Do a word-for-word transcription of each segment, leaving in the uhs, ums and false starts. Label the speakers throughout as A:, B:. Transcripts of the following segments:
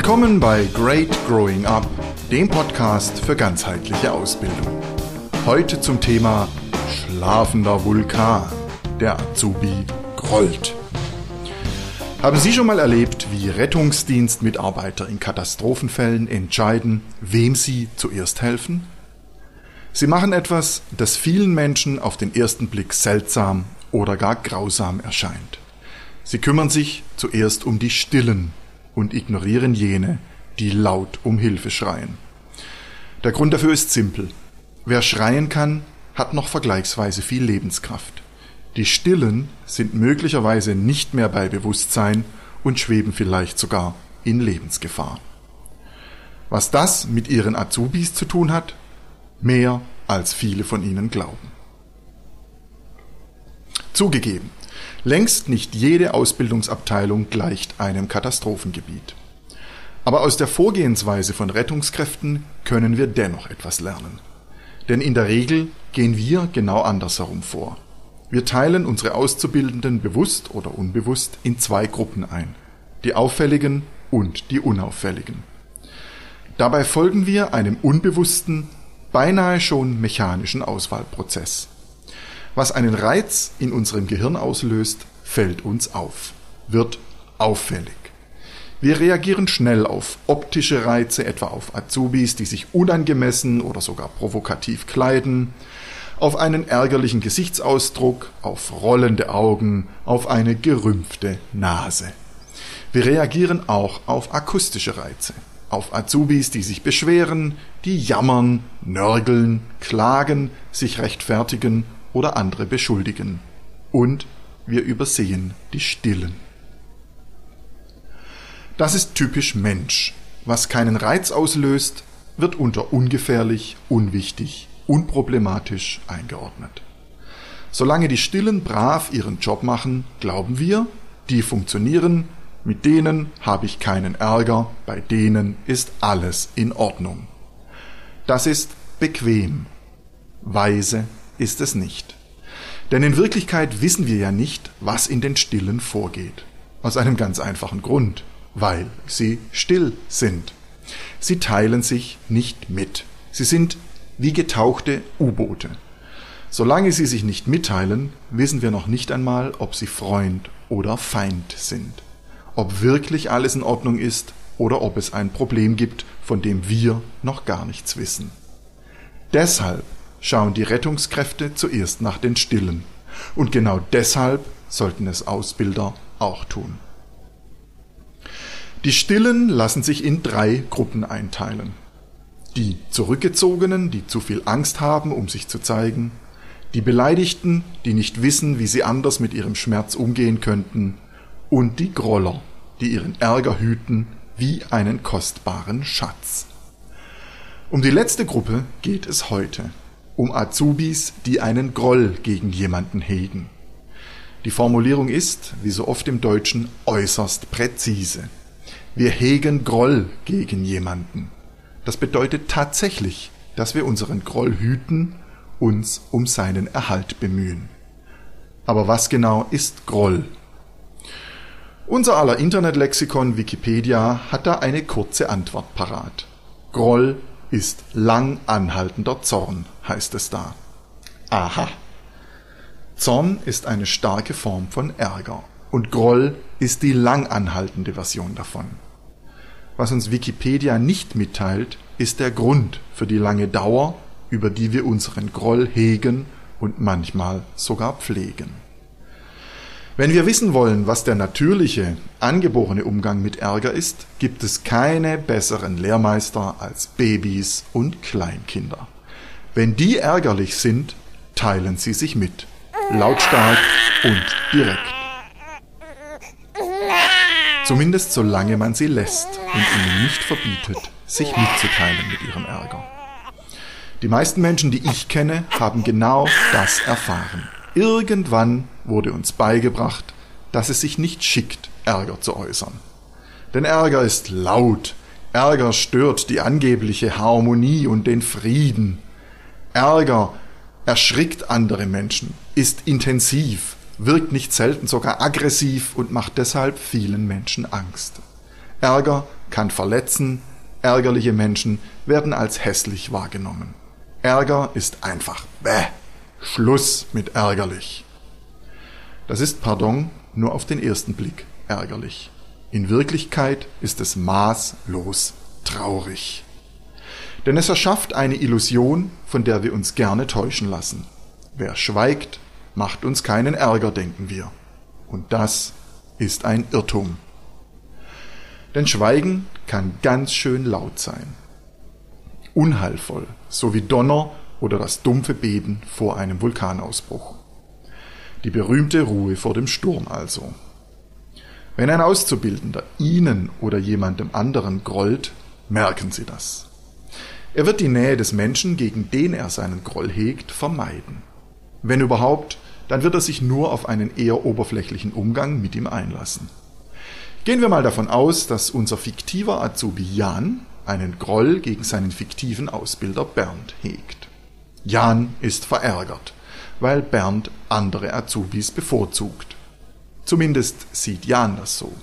A: Willkommen bei Great Growing Up, dem Podcast für ganzheitliche Ausbildung. Heute zum Thema schlafender Vulkan. Der Azubi grollt. Haben Sie schon mal erlebt, wie Rettungsdienstmitarbeiter in Katastrophenfällen entscheiden, wem sie zuerst helfen? Sie machen etwas, das vielen Menschen auf den ersten Blick seltsam oder gar grausam erscheint. Sie kümmern sich zuerst um die Stillen und ignorieren jene, die laut um Hilfe schreien. Der Grund dafür ist simpel. Wer schreien kann, hat noch vergleichsweise viel Lebenskraft. Die Stillen sind möglicherweise nicht mehr bei Bewusstsein und schweben vielleicht sogar in Lebensgefahr. Was das mit ihren Azubis zu tun hat? Mehr als viele von ihnen glauben. Zugegeben, längst nicht jede Ausbildungsabteilung gleicht einem Katastrophengebiet. Aber aus der Vorgehensweise von Rettungskräften können wir dennoch etwas lernen. Denn in der Regel gehen wir genau andersherum vor. Wir teilen unsere Auszubildenden bewusst oder unbewusst in zwei Gruppen ein: die Auffälligen und die Unauffälligen. Dabei folgen wir einem unbewussten, beinahe schon mechanischen Auswahlprozess. Was einen Reiz in unserem Gehirn auslöst, fällt uns auf, wird auffällig. Wir reagieren schnell auf optische Reize, etwa auf Azubis, die sich unangemessen oder sogar provokativ kleiden, auf einen ärgerlichen Gesichtsausdruck, auf rollende Augen, auf eine gerümpfte Nase. Wir reagieren auch auf akustische Reize, auf Azubis, die sich beschweren, die jammern, nörgeln, klagen, sich rechtfertigen oder andere beschuldigen. Und wir übersehen die Stillen. Das ist typisch Mensch. Was keinen Reiz auslöst, wird unter ungefährlich, unwichtig, unproblematisch eingeordnet. Solange die Stillen brav ihren Job machen, glauben wir, die funktionieren, mit denen habe ich keinen Ärger, bei denen ist alles in Ordnung. Das ist bequem. Weise ist es nicht. Denn in Wirklichkeit wissen wir ja nicht, was in den Stillen vorgeht. Aus einem ganz einfachen Grund, weil sie still sind. Sie teilen sich nicht mit. Sie sind wie getauchte U-Boote. Solange sie sich nicht mitteilen, wissen wir noch nicht einmal, ob sie Freund oder Feind sind. Ob wirklich alles in Ordnung ist oder ob es ein Problem gibt, von dem wir noch gar nichts wissen. Deshalb schauen die Rettungskräfte zuerst nach den Stillen. Und genau deshalb sollten es Ausbilder auch tun. Die Stillen lassen sich in drei Gruppen einteilen. Die Zurückgezogenen, die zu viel Angst haben, um sich zu zeigen. Die Beleidigten, die nicht wissen, wie sie anders mit ihrem Schmerz umgehen könnten. Und die Groller, die ihren Ärger hüten wie einen kostbaren Schatz. Um die letzte Gruppe geht es heute. Um Azubis, die einen Groll gegen jemanden hegen. Die Formulierung ist, wie so oft im Deutschen, äußerst präzise. Wir hegen Groll gegen jemanden. Das bedeutet tatsächlich, dass wir unseren Groll hüten, uns um seinen Erhalt bemühen. Aber was genau ist Groll? Unser aller Internetlexikon Wikipedia hat da eine kurze Antwort parat. Groll ist lang anhaltender Zorn, heißt es da. Aha. Zorn ist eine starke Form von Ärger und Groll ist die lang anhaltende Version davon. Was uns Wikipedia nicht mitteilt, ist der Grund für die lange Dauer, über die wir unseren Groll hegen und manchmal sogar pflegen. Wenn wir wissen wollen, was der natürliche, angeborene Umgang mit Ärger ist, gibt es keine besseren Lehrmeister als Babys und Kleinkinder. Wenn die ärgerlich sind, teilen sie sich mit. Lautstark und direkt. Zumindest solange man sie lässt und ihnen nicht verbietet, sich mitzuteilen mit ihrem Ärger. Die meisten Menschen, die ich kenne, haben genau das erfahren. Irgendwann wurde uns beigebracht, dass es sich nicht schickt, Ärger zu äußern. Denn Ärger ist laut, Ärger stört die angebliche Harmonie und den Frieden. Ärger erschrickt andere Menschen, ist intensiv, wirkt nicht selten sogar aggressiv und macht deshalb vielen Menschen Angst. Ärger kann verletzen, ärgerliche Menschen werden als hässlich wahrgenommen. Ärger ist einfach bäh. Schluss mit ärgerlich. Das ist, pardon, nur auf den ersten Blick ärgerlich. In Wirklichkeit ist es maßlos traurig. Denn es erschafft eine Illusion, von der wir uns gerne täuschen lassen. Wer schweigt, macht uns keinen Ärger, denken wir. Und das ist ein Irrtum. Denn Schweigen kann ganz schön laut sein. Unheilvoll, so wie Donner oder das dumpfe Beben vor einem Vulkanausbruch. Die berühmte Ruhe vor dem Sturm also. Wenn ein Auszubildender Ihnen oder jemandem anderen grollt, merken Sie das. Er wird die Nähe des Menschen, gegen den er seinen Groll hegt, vermeiden. Wenn überhaupt, dann wird er sich nur auf einen eher oberflächlichen Umgang mit ihm einlassen. Gehen wir mal davon aus, dass unser fiktiver Azubi Jan einen Groll gegen seinen fiktiven Ausbilder Bernd hegt. Jan ist verärgert, weil Bernd andere Azubis bevorzugt. Zumindest sieht Jan das so.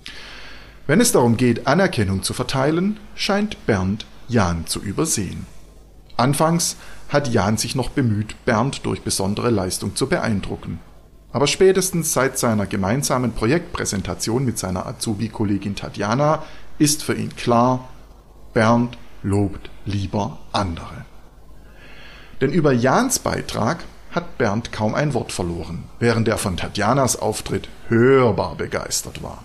A: Wenn es darum geht, Anerkennung zu verteilen, scheint Bernd Jan zu übersehen. Anfangs hat Jan sich noch bemüht, Bernd durch besondere Leistung zu beeindrucken. Aber spätestens seit seiner gemeinsamen Projektpräsentation mit seiner Azubi-Kollegin Tatjana ist für ihn klar, Bernd lobt lieber andere. Denn über Jans Beitrag hat Bernd kaum ein Wort verloren, während er von Tatjanas Auftritt hörbar begeistert war.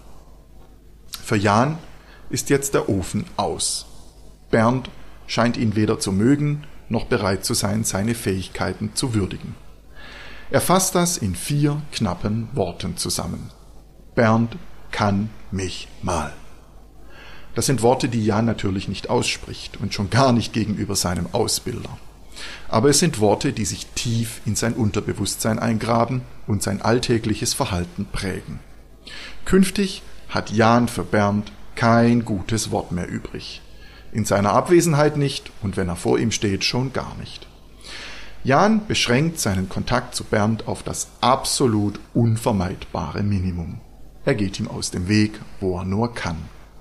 A: Für Jan ist jetzt der Ofen aus. Bernd scheint ihn weder zu mögen, noch bereit zu sein, seine Fähigkeiten zu würdigen. Er fasst das in vier knappen Worten zusammen. Bernd kann mich mal. Das sind Worte, die Jan natürlich nicht ausspricht und schon gar nicht gegenüber seinem Ausbilder. Aber es sind Worte, die sich tief in sein Unterbewusstsein eingraben und sein alltägliches Verhalten prägen. Künftig hat Jan für Bernd kein gutes Wort mehr übrig. In seiner Abwesenheit nicht und wenn er vor ihm steht, schon gar nicht. Jan beschränkt seinen Kontakt zu Bernd auf das absolut unvermeidbare Minimum. Er geht ihm aus dem Weg, wo er nur kann.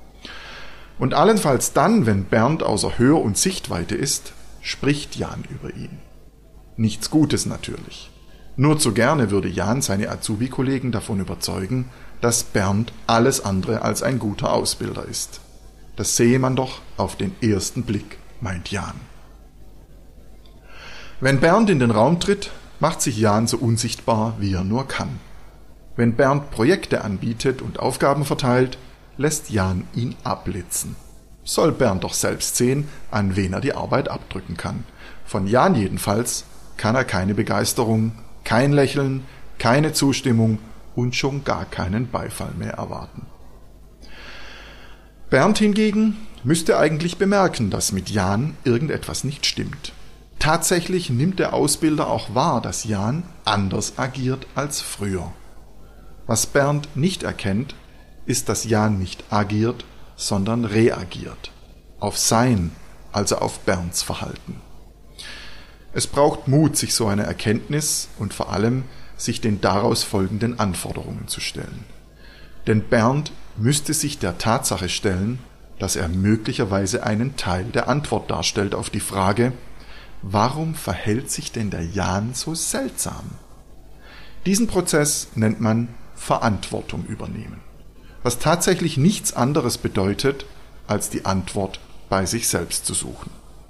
A: Und allenfalls dann, wenn Bernd außer Hör- und Sichtweite ist, spricht Jan über ihn. Nichts Gutes natürlich. Nur zu gerne würde Jan seine Azubi-Kollegen davon überzeugen, dass Bernd alles andere als ein guter Ausbilder ist. Das sehe man doch auf den ersten Blick, meint Jan. Wenn Bernd in den Raum tritt, macht sich Jan so unsichtbar, wie er nur kann. Wenn Bernd Projekte anbietet und Aufgaben verteilt, lässt Jan ihn abblitzen. Soll Bernd doch selbst sehen, an wen er die Arbeit abdrücken kann. Von Jan jedenfalls kann er keine Begeisterung, kein Lächeln, keine Zustimmung und schon gar keinen Beifall mehr erwarten. Bernd hingegen müsste eigentlich bemerken, dass mit Jan irgendetwas nicht stimmt. Tatsächlich nimmt der Ausbilder auch wahr, dass Jan anders agiert als früher. Was Bernd nicht erkennt, ist, dass Jan nicht agiert, sondern reagiert. Auf sein, also auf Bernds Verhalten. Es braucht Mut, sich so eine Erkenntnis und vor allem sich den daraus folgenden Anforderungen zu stellen. Denn Bernd müsste sich der Tatsache stellen, dass er möglicherweise einen Teil der Antwort darstellt auf die Frage, warum verhält sich denn der Jan so seltsam? Diesen Prozess nennt man Verantwortung übernehmen, was tatsächlich nichts anderes bedeutet, als die Antwort bei sich selbst zu suchen.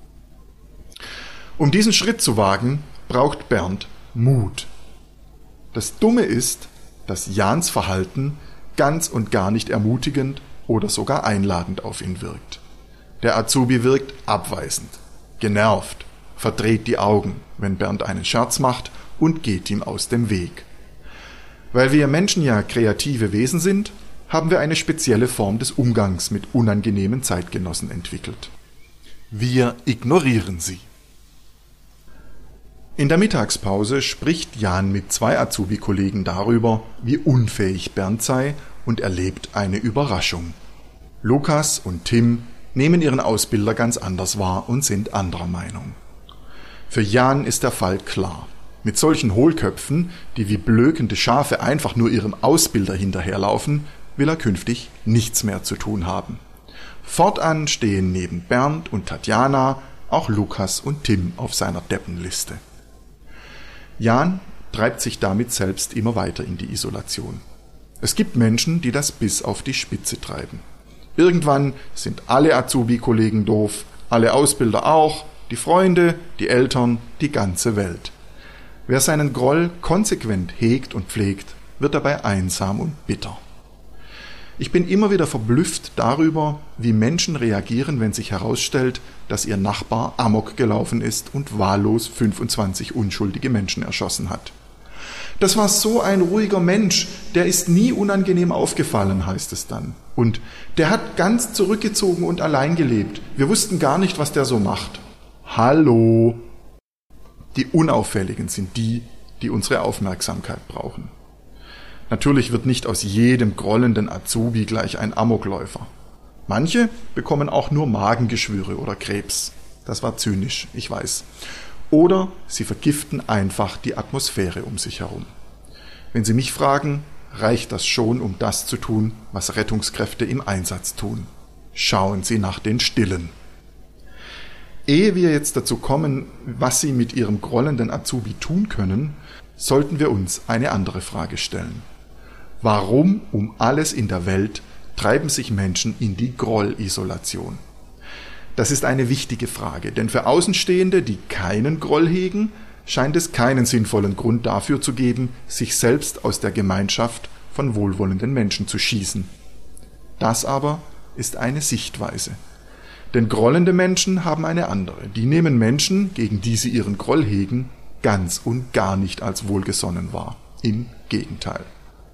A: Um diesen Schritt zu wagen, braucht Bernd Mut. Das Dumme ist, dass Jans Verhalten ganz und gar nicht ermutigend oder sogar einladend auf ihn wirkt. Der Azubi wirkt abweisend, genervt, verdreht die Augen, wenn Bernd einen Scherz macht und geht ihm aus dem Weg. Weil wir Menschen ja kreative Wesen sind, haben wir eine spezielle Form des Umgangs mit unangenehmen Zeitgenossen entwickelt. Wir ignorieren sie. In der Mittagspause spricht Jan mit zwei Azubi-Kollegen darüber, wie unfähig Bernd sei, und erlebt eine Überraschung. Lukas und Tim nehmen ihren Ausbilder ganz anders wahr und sind anderer Meinung. Für Jan ist der Fall klar. Mit solchen Hohlköpfen, die wie blökende Schafe einfach nur ihrem Ausbilder hinterherlaufen, will er künftig nichts mehr zu tun haben. Fortan stehen neben Bernd und Tatjana auch Lukas und Tim auf seiner Deppenliste. Jan treibt sich damit selbst immer weiter in die Isolation. Es gibt Menschen, die das bis auf die Spitze treiben. Irgendwann sind alle Azubi-Kollegen doof, alle Ausbilder auch, die Freunde, die Eltern, die ganze Welt. Wer seinen Groll konsequent hegt und pflegt, wird dabei einsam und bitter. Ich bin immer wieder verblüfft darüber, wie Menschen reagieren, wenn sich herausstellt, dass ihr Nachbar Amok gelaufen ist und wahllos fünfundzwanzig unschuldige Menschen erschossen hat. Das war so ein ruhiger Mensch, der ist nie unangenehm aufgefallen, heißt es dann. Und der hat ganz zurückgezogen und allein gelebt. Wir wussten gar nicht, was der so macht. Hallo! Die Unauffälligen sind die, die unsere Aufmerksamkeit brauchen. Natürlich wird nicht aus jedem grollenden Azubi gleich ein Amokläufer. Manche bekommen auch nur Magengeschwüre oder Krebs. Das war zynisch, ich weiß. Oder sie vergiften einfach die Atmosphäre um sich herum. Wenn Sie mich fragen, reicht das schon, um das zu tun, was Rettungskräfte im Einsatz tun. Schauen Sie nach den Stillen. Ehe wir jetzt dazu kommen, was Sie mit Ihrem grollenden Azubi tun können, sollten wir uns eine andere Frage stellen. Warum um alles in der Welt treiben sich Menschen in die Grollisolation? Das ist eine wichtige Frage, denn für Außenstehende, die keinen Groll hegen, scheint es keinen sinnvollen Grund dafür zu geben, sich selbst aus der Gemeinschaft von wohlwollenden Menschen zu schießen. Das aber ist eine Sichtweise. Denn grollende Menschen haben eine andere. Die nehmen Menschen, gegen die sie ihren Groll hegen, ganz und gar nicht als wohlgesonnen wahr. Im Gegenteil.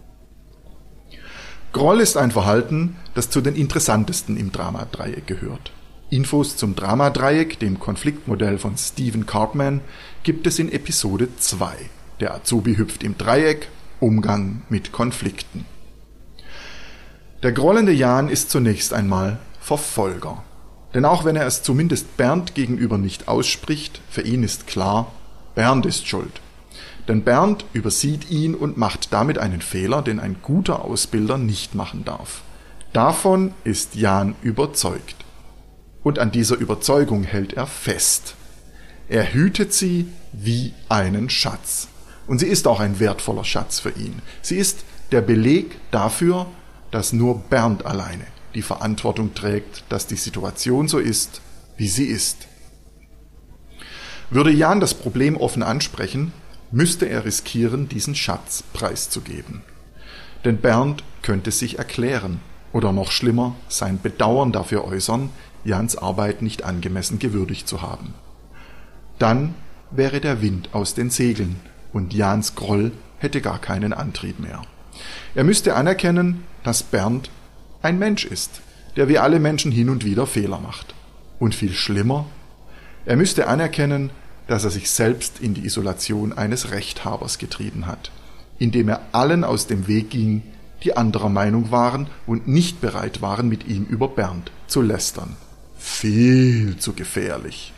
A: Groll ist ein Verhalten, das zu den interessantesten im Dramadreieck gehört. Infos zum Dramadreieck, dem Konfliktmodell von Stephen Karpman, gibt es in Episode zwei. Der Azubi hüpft im Dreieck, Umgang mit Konflikten. Der grollende Jan ist zunächst einmal Verfolger. Denn auch wenn er es zumindest Bernd gegenüber nicht ausspricht, für ihn ist klar, Bernd ist schuld. Denn Bernd übersieht ihn und macht damit einen Fehler, den ein guter Ausbilder nicht machen darf. Davon ist Jan überzeugt. Und an dieser Überzeugung hält er fest. Er hütet sie wie einen Schatz. Und sie ist auch ein wertvoller Schatz für ihn. Sie ist der Beleg dafür, dass nur Bernd alleine die Verantwortung trägt, dass die Situation so ist, wie sie ist. Würde Jan das Problem offen ansprechen, müsste er riskieren, diesen Schatz preiszugeben. Denn Bernd könnte sich erklären oder noch schlimmer, sein Bedauern dafür äußern, Jans Arbeit nicht angemessen gewürdigt zu haben. Dann wäre der Wind aus den Segeln und Jans Groll hätte gar keinen Antrieb mehr. Er müsste anerkennen, dass Bernd ein Mensch ist, der wie alle Menschen hin und wieder Fehler macht. Und viel schlimmer, er müsste anerkennen, dass er sich selbst in die Isolation eines Rechthabers getrieben hat, indem er allen aus dem Weg ging, die anderer Meinung waren und nicht bereit waren, mit ihm über Bernd zu lästern. Viel zu gefährlich.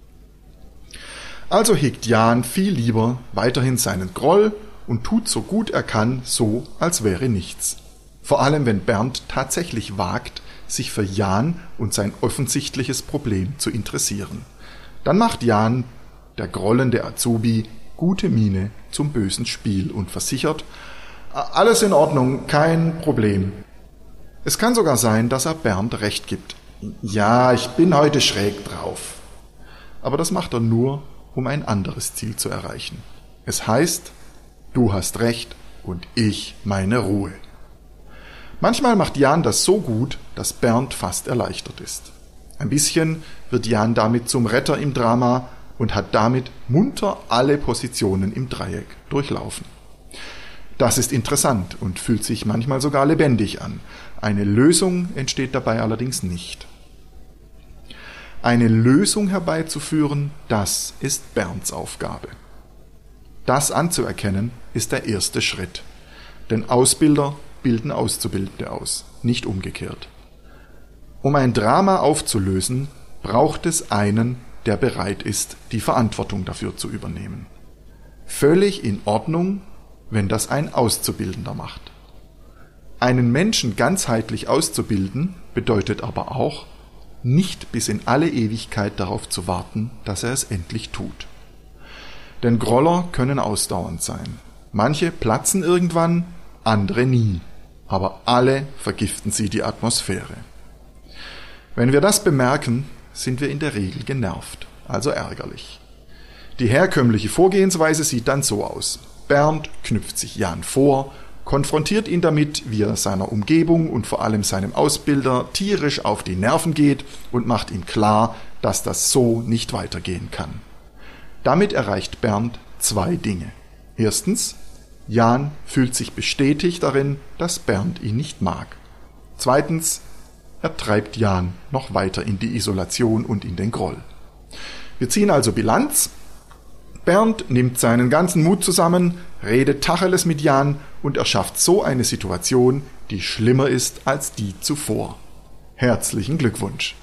A: Also hegt Jan viel lieber weiterhin seinen Groll und tut so gut er kann, so als wäre nichts. Vor allem, wenn Bernd tatsächlich wagt, sich für Jan und sein offensichtliches Problem zu interessieren. Dann macht Jan, der grollende Azubi, gute Miene zum bösen Spiel und versichert, alles in Ordnung, kein Problem. Es kann sogar sein, dass er Bernd recht gibt. Ja, ich bin heute schräg drauf. Aber das macht er nur, um ein anderes Ziel zu erreichen. Es heißt, du hast recht und ich meine Ruhe. Manchmal macht Jan das so gut, dass Bernd fast erleichtert ist. Ein bisschen wird Jan damit zum Retter im Drama und hat damit munter alle Positionen im Dreieck durchlaufen. Das ist interessant und fühlt sich manchmal sogar lebendig an. Eine Lösung entsteht dabei allerdings nicht. Eine Lösung herbeizuführen, das ist Bernds Aufgabe. Das anzuerkennen, ist der erste Schritt. Denn Ausbilder bilden Auszubildende aus, nicht umgekehrt. Um ein Drama aufzulösen, braucht es einen, der bereit ist, die Verantwortung dafür zu übernehmen. Völlig in Ordnung, wenn das ein Auszubildender macht. Einen Menschen ganzheitlich auszubilden, bedeutet aber auch, nicht bis in alle Ewigkeit darauf zu warten, dass er es endlich tut. Denn Groller können ausdauernd sein. Manche platzen irgendwann, andere nie. Aber alle vergiften sie die Atmosphäre. Wenn wir das bemerken, sind wir in der Regel genervt, also ärgerlich. Die herkömmliche Vorgehensweise sieht dann so aus. Bernd knüpft sich Jan vor, konfrontiert ihn damit, wie er seiner Umgebung und vor allem seinem Ausbilder tierisch auf die Nerven geht und macht ihm klar, dass das so nicht weitergehen kann. Damit erreicht Bernd zwei Dinge. Erstens, Jan fühlt sich bestätigt darin, dass Bernd ihn nicht mag. Zweitens, er treibt Jan noch weiter in die Isolation und in den Groll. Wir ziehen also Bilanz. Bernd nimmt seinen ganzen Mut zusammen, redet Tacheles mit Jan und erschafft so eine Situation, die schlimmer ist als die zuvor. Herzlichen Glückwunsch!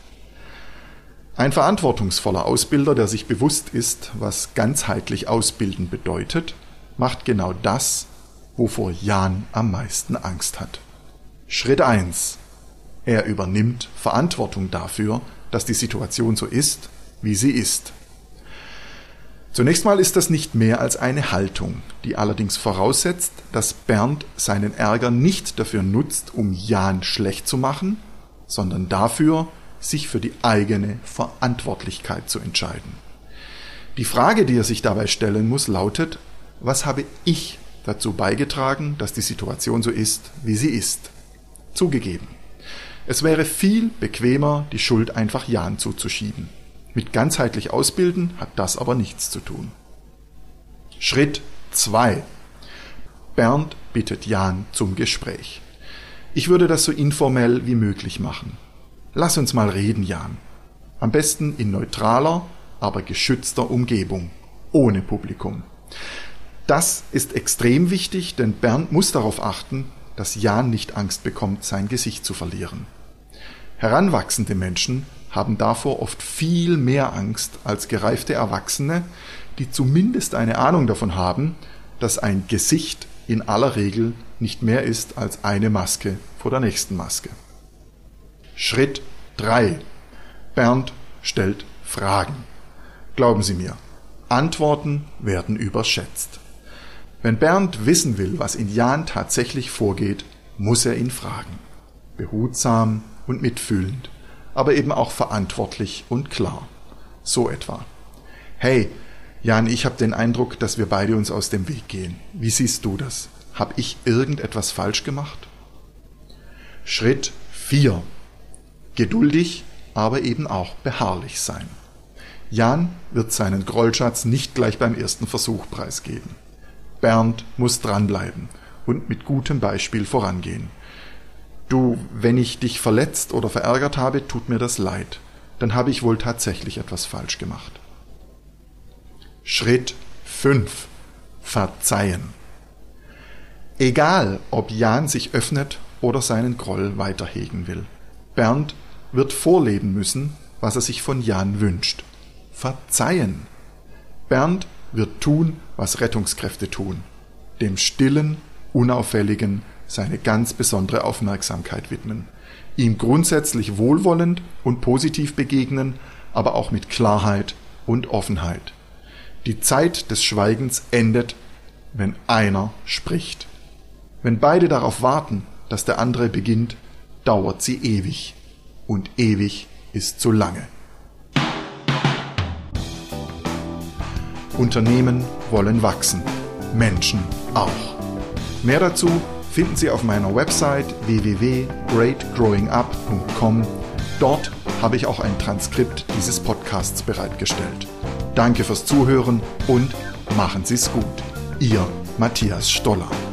A: Ein verantwortungsvoller Ausbilder, der sich bewusst ist, was ganzheitlich ausbilden bedeutet, macht genau das, wovor Jan am meisten Angst hat. Schritt eins. Er übernimmt Verantwortung dafür, dass die Situation so ist, wie sie ist. Zunächst mal ist das nicht mehr als eine Haltung, die allerdings voraussetzt, dass Bernd seinen Ärger nicht dafür nutzt, um Jan schlecht zu machen, sondern dafür, sich für die eigene Verantwortlichkeit zu entscheiden. Die Frage, die er sich dabei stellen muss, lautet: Was habe ich dazu beigetragen, dass die Situation so ist, wie sie ist? Zugegeben, es wäre viel bequemer, die Schuld einfach Jan zuzuschieben. Mit ganzheitlich ausbilden hat das aber nichts zu tun. Schritt zwei. Bernd bittet Jan zum Gespräch. Ich würde das so informell wie möglich machen. Lass uns mal reden, Jan. Am besten in neutraler, aber geschützter Umgebung, ohne Publikum. Das ist extrem wichtig, denn Bernd muss darauf achten, dass Jan nicht Angst bekommt, sein Gesicht zu verlieren. Heranwachsende Menschen haben davor oft viel mehr Angst als gereifte Erwachsene, die zumindest eine Ahnung davon haben, dass ein Gesicht in aller Regel nicht mehr ist als eine Maske vor der nächsten Maske. Schritt drei. Bernd stellt Fragen. Glauben Sie mir, Antworten werden überschätzt. Wenn Bernd wissen will, was in Jan tatsächlich vorgeht, muss er ihn fragen. Behutsam und mitfühlend, aber eben auch verantwortlich und klar. So etwa: Hey, Jan, ich habe den Eindruck, dass wir beide uns aus dem Weg gehen. Wie siehst du das? Habe ich irgendetwas falsch gemacht? Schritt vier. Geduldig, aber eben auch beharrlich sein. Jan wird seinen Grollschatz nicht gleich beim ersten Versuch preisgeben. Bernd muss dranbleiben und mit gutem Beispiel vorangehen. Du, wenn ich dich verletzt oder verärgert habe, tut mir das leid. Dann habe ich wohl tatsächlich etwas falsch gemacht. Schritt fünf. Verzeihen. Egal, ob Jan sich öffnet oder seinen Groll weiterhegen will. Bernd wird vorleben müssen, was er sich von Jan wünscht. Verzeihen. Bernd wird tun, was Rettungskräfte tun. Dem stillen, unauffälligen seine ganz besondere Aufmerksamkeit widmen. Ihm grundsätzlich wohlwollend und positiv begegnen, aber auch mit Klarheit und Offenheit. Die Zeit des Schweigens endet, wenn einer spricht. Wenn beide darauf warten, dass der andere beginnt, dauert sie ewig. Und ewig ist zu lange. Unternehmen wollen wachsen, Menschen auch. Mehr dazu finden Sie auf meiner Website w w w punkt great growing up punkt com. Dort habe ich auch ein Transkript dieses Podcasts bereitgestellt. Danke fürs Zuhören und machen Sie es gut. Ihr Matthias Stoller.